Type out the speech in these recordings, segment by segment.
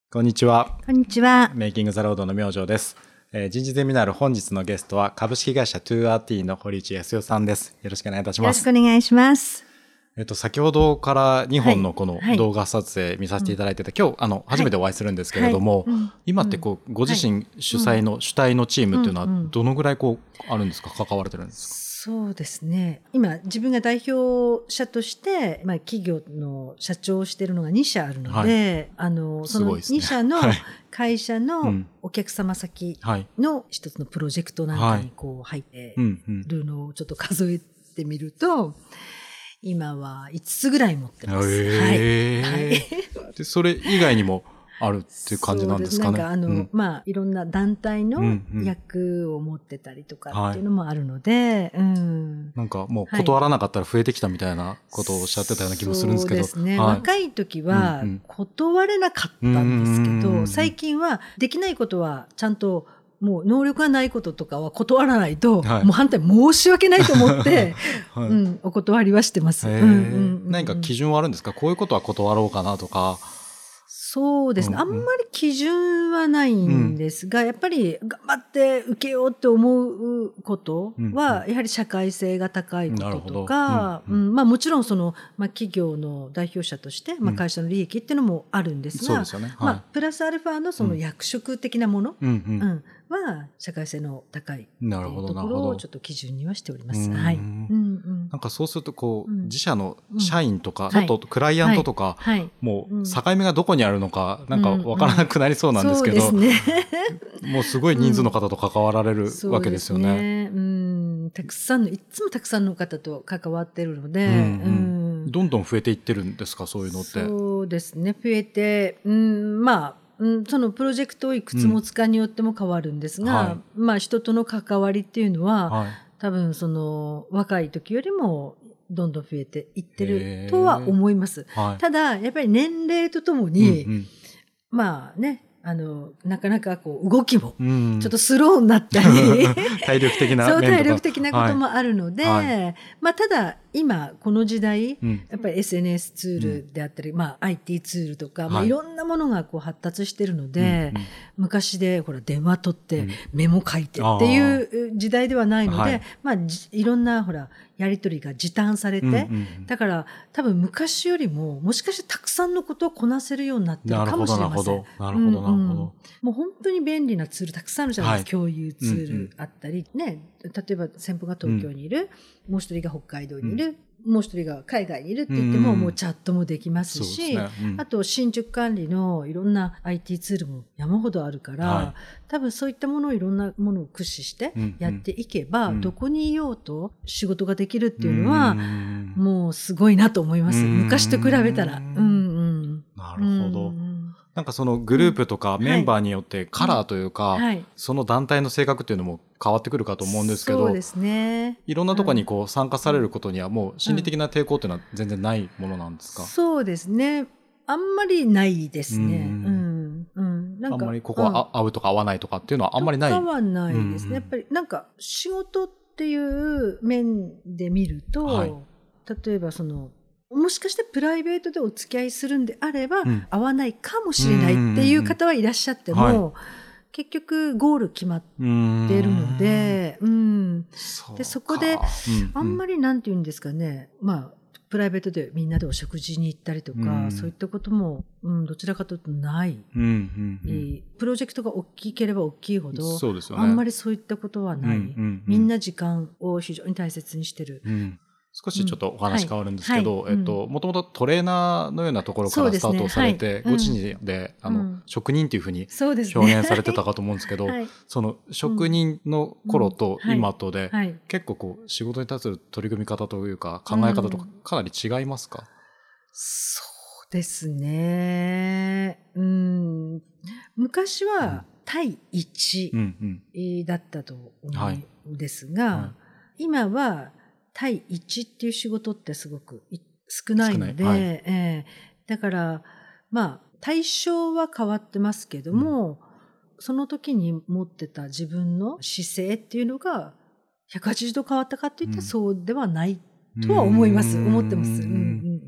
こんにちは。 こんにちは。 メイキングザロードの明星です。人事ゼミナール本日のゲストは株式会社 2RT の堀内康代さんです。よろしくお願いいたします。 よろしくお願いします。 先ほどから2本のこの動画撮影見させていただいてて、今日初めてお会いするんですけれども、今ってご自身主催の主体のチームっていうのはどのぐらいあるんですか、関われてるんですか？ そうですね。今自分が代表者として、企業の社長をしているのが2社あるので、その2社の会社のお客様先の一つのプロジェクトなんかに入っているのをちょっと数えてみると、今は5つぐらい持ってます。 でそれ以外にもあるっていう感じなんですかね。 いろんな団体の役を持ってたりとかっていうのもあるので、 なんかもう断らなかったら増えてきたみたいなことをおっしゃってたような気もするんですけど。 そうですね。若い時は断れなかったんですけど、最近はできないことはちゃんともう能力がないこととかは断らないと、もう反対申し訳ないと思って、お断りはしてます。 何か基準はあるんですか？こういうことは断ろうかなとか。 そうですね。あんまり基準はないんですが、やっぱり頑張って受けようって思うことは、やはり社会性が高いこととか、もちろん企業の代表者として、会社の利益っていうのもあるんですが、プラスアルファのその役職的なものは社会性の高いっていうところをちょっと基準にはしております。はい。 なんかそうすると自社の社員とか、あとクライアントとか、もう境目がどこにあるのかなんかわからなくなりそうなんですけど、もうすごい人数の方と関わられるわけですよね。 たくさんのいつもたくさんの方と関わってるので、 どんどん増えていってるんですか、そういうのって。 そうですね、増えて、そのプロジェクトをいくつ持つかによっても変わるんですが、人との関わりっていうのは、多分若い時よりもどんどん増えていってるとは思います。ただやっぱり年齢とともに、なかなか動きもちょっとスローになったり、 体力的な面とか体力的なこともあるので、ただ今この時代、やっぱり SNS ツールであったり、IT ツールとか、いろんなものが発達してるので、昔で電話取ってメモ書いてっていう時代ではないので、いろんなやり取りが時短されて、だから多分昔よりももしかしてたくさんのことをこなせるようになってるかもしれません。 なるほど。 もう本当に便利なツールたくさんあるじゃないですか。共有ツールあったり、例えば先方が東京にいる、もう一人が北海道にいる、もう一人が海外にいるって言っても、もうチャットもできますし、あと進捗管理のいろんな IT ツールも山ほどあるから、多分そういったものをいろんなものを駆使してやっていけば、どこにいようと仕事ができるっていうのは、もうすごいなと思います。昔と比べたら。 なるほど。なんかそのグループとかメンバーによってカラーというか、その団体の性格っていうのも変わってくるかと思うんですけど、 そうですね。 いろんなところに参加されることにはもう心理的な抵抗っていうのは全然ないものなんですか？ そうですね。あんまりないですね。 あんまりここは合うとか合わないとかっていうのはあんまりない。 合わないですね。やっぱり仕事っていう面で見ると、例えばもしかしてプライベートでお付き合いするんであれば、合わないかもしれないっていう方はいらっしゃっても、結局ゴール決まってるので、でそこであんまりなんて言うんですかね、プライベートでみんなでお食事に行ったりとか、そういったことも、どちらかというとない。プロジェクトが大きければ大きいほど、あんまりそういったことはない。みんな時間を非常に大切にしてる。 少しちょっとお話変わるんですけど、もともとトレーナーのようなところからスタートされて、ご自身で職人というふうに表現されてたかと思うんですけど、その職人の頃と今とで、結構仕事に対する取り組み方というか考え方とかかなり違いますか？ そうですね。昔は対1だったと思うんですが、今は対1っていう仕事ってすごく少ないので、だから対象は変わってますけども、その時に持ってた自分の姿勢っていうのが180度変わったかっていったらそうではないとは思ってます。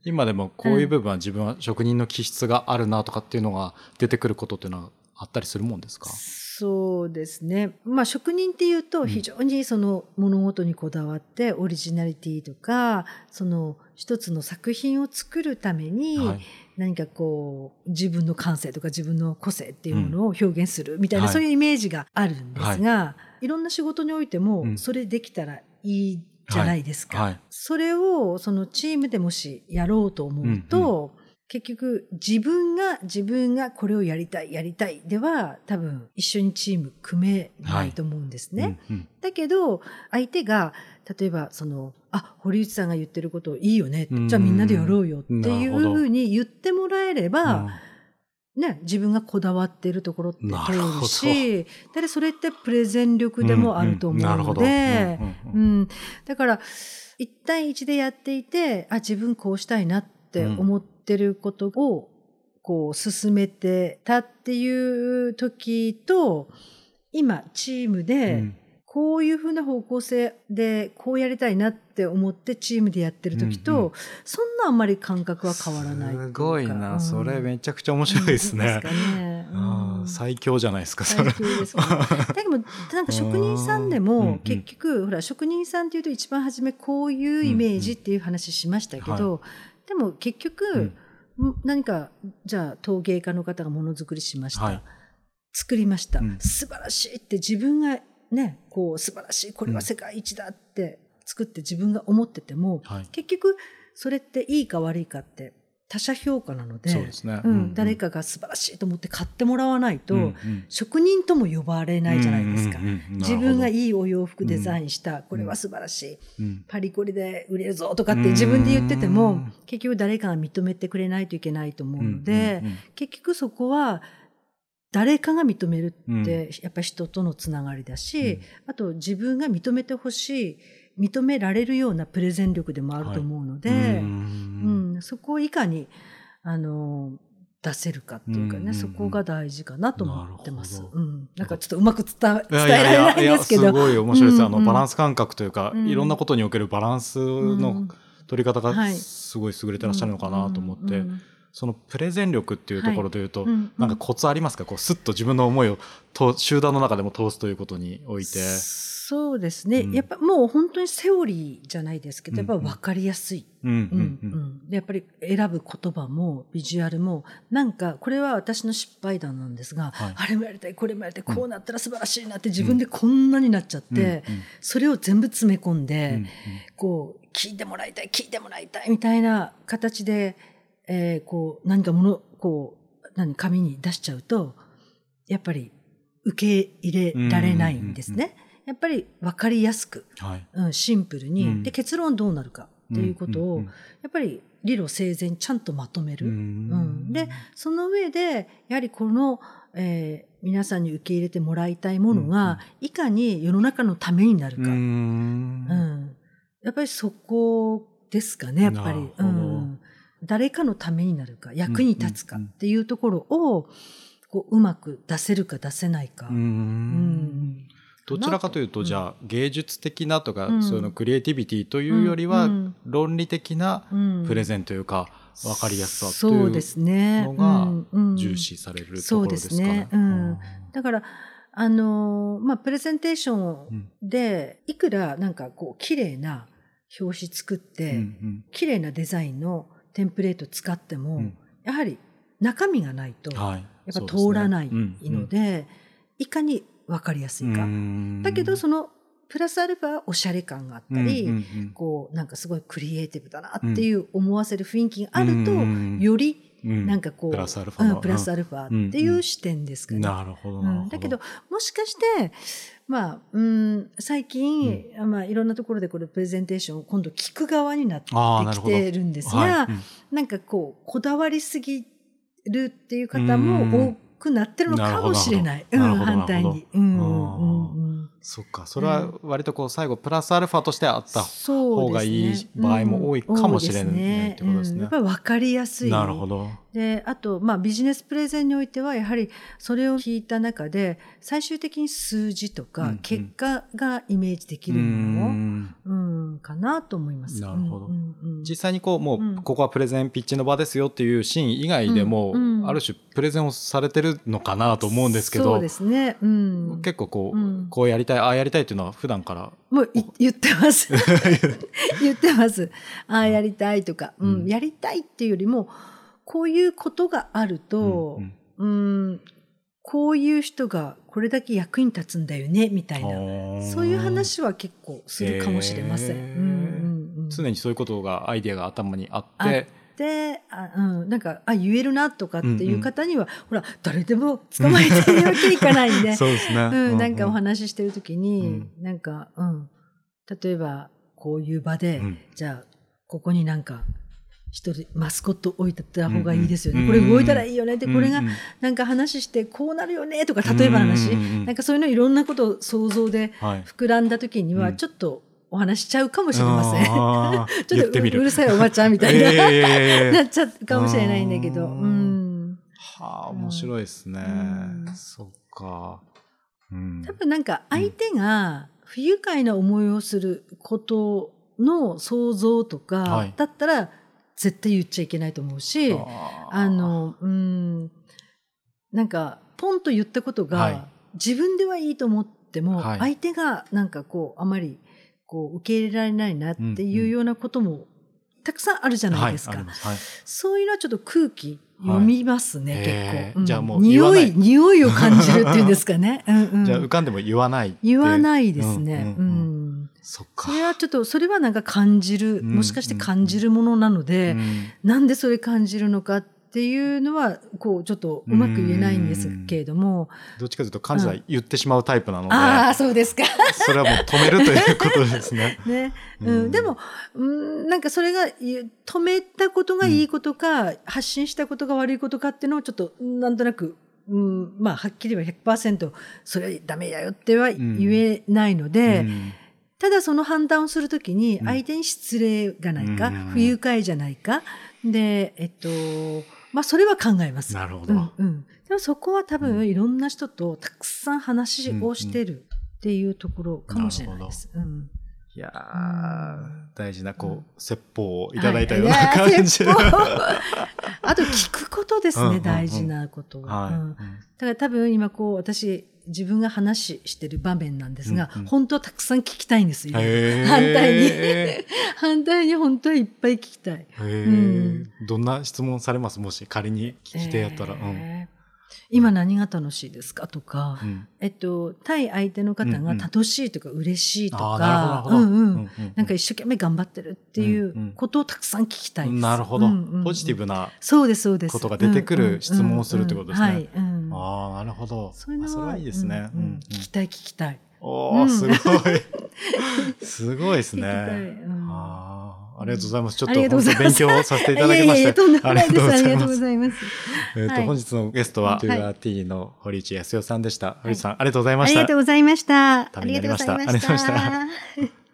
今でもこういう部分は自分は職人の気質があるなとかっていうのが出てくることっていうのはあったりするもんですか？ そうですね。職人っていうと非常にその物事にこだわってオリジナリティとか、その一つの作品を作るために何かこう自分の感性とか自分の個性っていうものを表現するみたいな、そういうイメージがあるんですが、いろんな仕事においてもそれできたらいいじゃないですか。それをそのチームでもしやろうと思うと、結局自分がこれをやりたいでは多分一緒にチーム組めないと思うんですね。だけど相手が例えば堀内さんが言ってることいいよね、じゃあみんなでやろうよっていうふうに言ってもらえれば、ね、自分がこだわっているところって通るし、でそれってプレゼン力でもあると思うので、だから1対1でやっていて、自分こうしたいなって思ってることをこう進めてたっていう時と、今チームでこういうふうな方向性でこうやりたいなって思ってチームでやってる時と、そんなあんまり感覚は変わらない。 すごいな、それめちゃくちゃ面白いですね。最強じゃないですか、それ。 最強ですかね。だけどなんか職人さんでも結局ほら職人さんっていうと一番初めこういうイメージっていう話しましたけど、でも結局、何かじゃあ陶芸家の方がものづくりしました、作りました、素晴らしいって自分がね、こう素晴らしい、これは世界一だって作って自分が思ってても、結局それっていいか悪いかって他者評価なので、 そうですね、 誰かが素晴らしいと思って買ってもらわないと、職人とも呼ばれないじゃないですか。自分がいいお洋服デザインした、これは素晴らしい、パリコレで売れるぞとかって自分で言ってても、結局誰かが認めてくれないといけないと思うので、結局そこは誰かが認めるってやっぱり人とのつながりだし、あと自分が認めてほしい、認められるようなプレゼン力でもあると思うので、そこをいかに出せるかっていうかね、そこが大事かなと思ってます。なんかちょっとうまく伝えられないんですけど、 すごい面白いです。バランス感覚というか、いろんなことにおけるバランスの取り方がすごい優れてらっしゃるのかなと思って、そのプレゼン力っていうところでいうと、なんかコツありますか？こうスッと自分の思いを集団の中でも通すということにおいて。 そうですね、やっぱもう本当にセオリーじゃないですけど、やっぱ分かりやすい。でやっぱり選ぶ言葉もビジュアルも、なんかこれは私の失敗談なんですが、あれもやりたいこれもやりたい、こうなったら素晴らしいなって自分でこんなになっちゃって、それを全部詰め込んで、こう聞いてもらいたいみたいな形で、こう何か紙に出しちゃうとやっぱり受け入れられないんですね。やっぱり分かりやすく、シンプルに、で結論どうなるかということを、やっぱり理路整然ちゃんとまとめる。でその上でやはりこの、皆さんに受け入れてもらいたいものが、いかに世の中のためになるか、やっぱりそこですかね。やっぱり、誰かのためになるか役に立つかっていうところをこううまく出せるか出せないか。 どちらかというと、じゃあ芸術的なとか、そういうのクリエイティビティというよりは、論理的なプレゼンというか、分かりやすさというのが重視されるところですかね。 だからプレゼンテーションでいくらなんかこう綺麗な表紙作って、綺麗なデザインのテンプレート使っても、やはり中身がないとやっぱ通らないので、いかに分かりやすいか。だけどそのプラスアルファおしゃれ感があったり、こうなんかすごいクリエイティブだなっていう思わせる雰囲気があると、よりなんかこうプラスアルファっていう視点ですかね。 なるほどなるほど。 だけどもしかして最近、いろんなところでこれプレゼンテーションを今度聞く側になってきてるんですが、なんかこうこだわりすぎるっていう方も多くなってるのかもしれない。反対に。 そっか、それは割とこう最後プラスアルファとしてあった方がいい場合も多いかもしれないってことですね。 やっぱり分かりやすい。 なるほど。 であと、ビジネスプレゼンにおいてはやはりそれを聞いた中で最終的に数字とか結果がイメージできるもの、かなと思います。 なるほど。実際にもうここはプレゼンピッチの場ですよっていうシーン以外でも、ある種プレゼンをされてるのかなと思うんですけど、 そうですね。 結構こうやりたい、ああやりたいっていうのは普段からもう言ってます言ってます。ああやりたいとか、やりたいっていうよりもこういうことがあると、こういう人がこれだけ役に立つんだよねみたいな、そういう話は結構するかもしれません。 常にそういうことがアイデアが頭にあってなんか言えるなとかっていう方には、ほら誰でも捕まえてるわけいかないんでそうですね、 なんかお話ししてる時に、なんか、例えばこういう場で、じゃあここになんか一人マスコット置いてた方がいいですよね、これ動いたらいいよねって、これがなんか話してこうなるよねとか、例えば話、なんかそういうのいろんなことを想像で膨らんだ時にはちょっとお話しちゃうかもしれませんちょっとうるさいおばちゃんみたいな、なっちゃうかもしれないんだけど、面白いですね、そっか、 多分なんか相手が不愉快な思いをすることの想像とかだったら絶対言っちゃいけないと思うし、なんかポンと言ったことが自分ではいいと思っても、相手がなんかあまり受け入れられないなっていうようなこともたくさんあるじゃないですか。そういうのはちょっと空気読みますね、結構。 じゃあもう匂いを感じるっていうんですかね。 じゃあ浮かんでも言わない。 言わないですね。 そっか。 それはなんか感じる、もしかして感じるものなので、なんでそれ感じるのかっていうのはちょっとうまく言えないんですけれども、 どっちかというと感じたら言ってしまうタイプなので、 そうですか。 それはもう止めるということですね。 でもなんかそれが止めたことがいいことか、発信したことが悪いことかっていうのをちょっとなんとなく、はっきりは 100% それはダメだよっては言えないので、ただその判断をするときに相手に失礼がないか、不愉快じゃないかで、それは考えます。 なるほど。 でもそこは多分いろんな人とたくさん話をしてるっていうところかもしれないです。 いや大事な説法をいただいたような感じ。 あと聞くことですね、大事なことは。だから多分今私自分が話してる場面なんですが、本当はたくさん聞きたいんですよ。反対に本当はいっぱい聞きたい。 どんな質問されます？もし仮に聞き手やったら。 今何が楽しいですかとか、対相手の方が楽しいとか嬉しいとか、なんか一生懸命頑張ってるっていうことをたくさん聞きたいです。 なるほど。ポジティブなことが出てくる質問をするってことですね。なるほど。それはいいですね。 聞きたい。 すごい。すごいですね。ありがとうございます。ちょっと本当勉強させていただきました。 ありがとうございます。 本日のゲストはトゥーアーティーの堀内康代さんでした。堀内さんありがとうございました。 ありがとうございました。 ためになりました。ありがとうございました。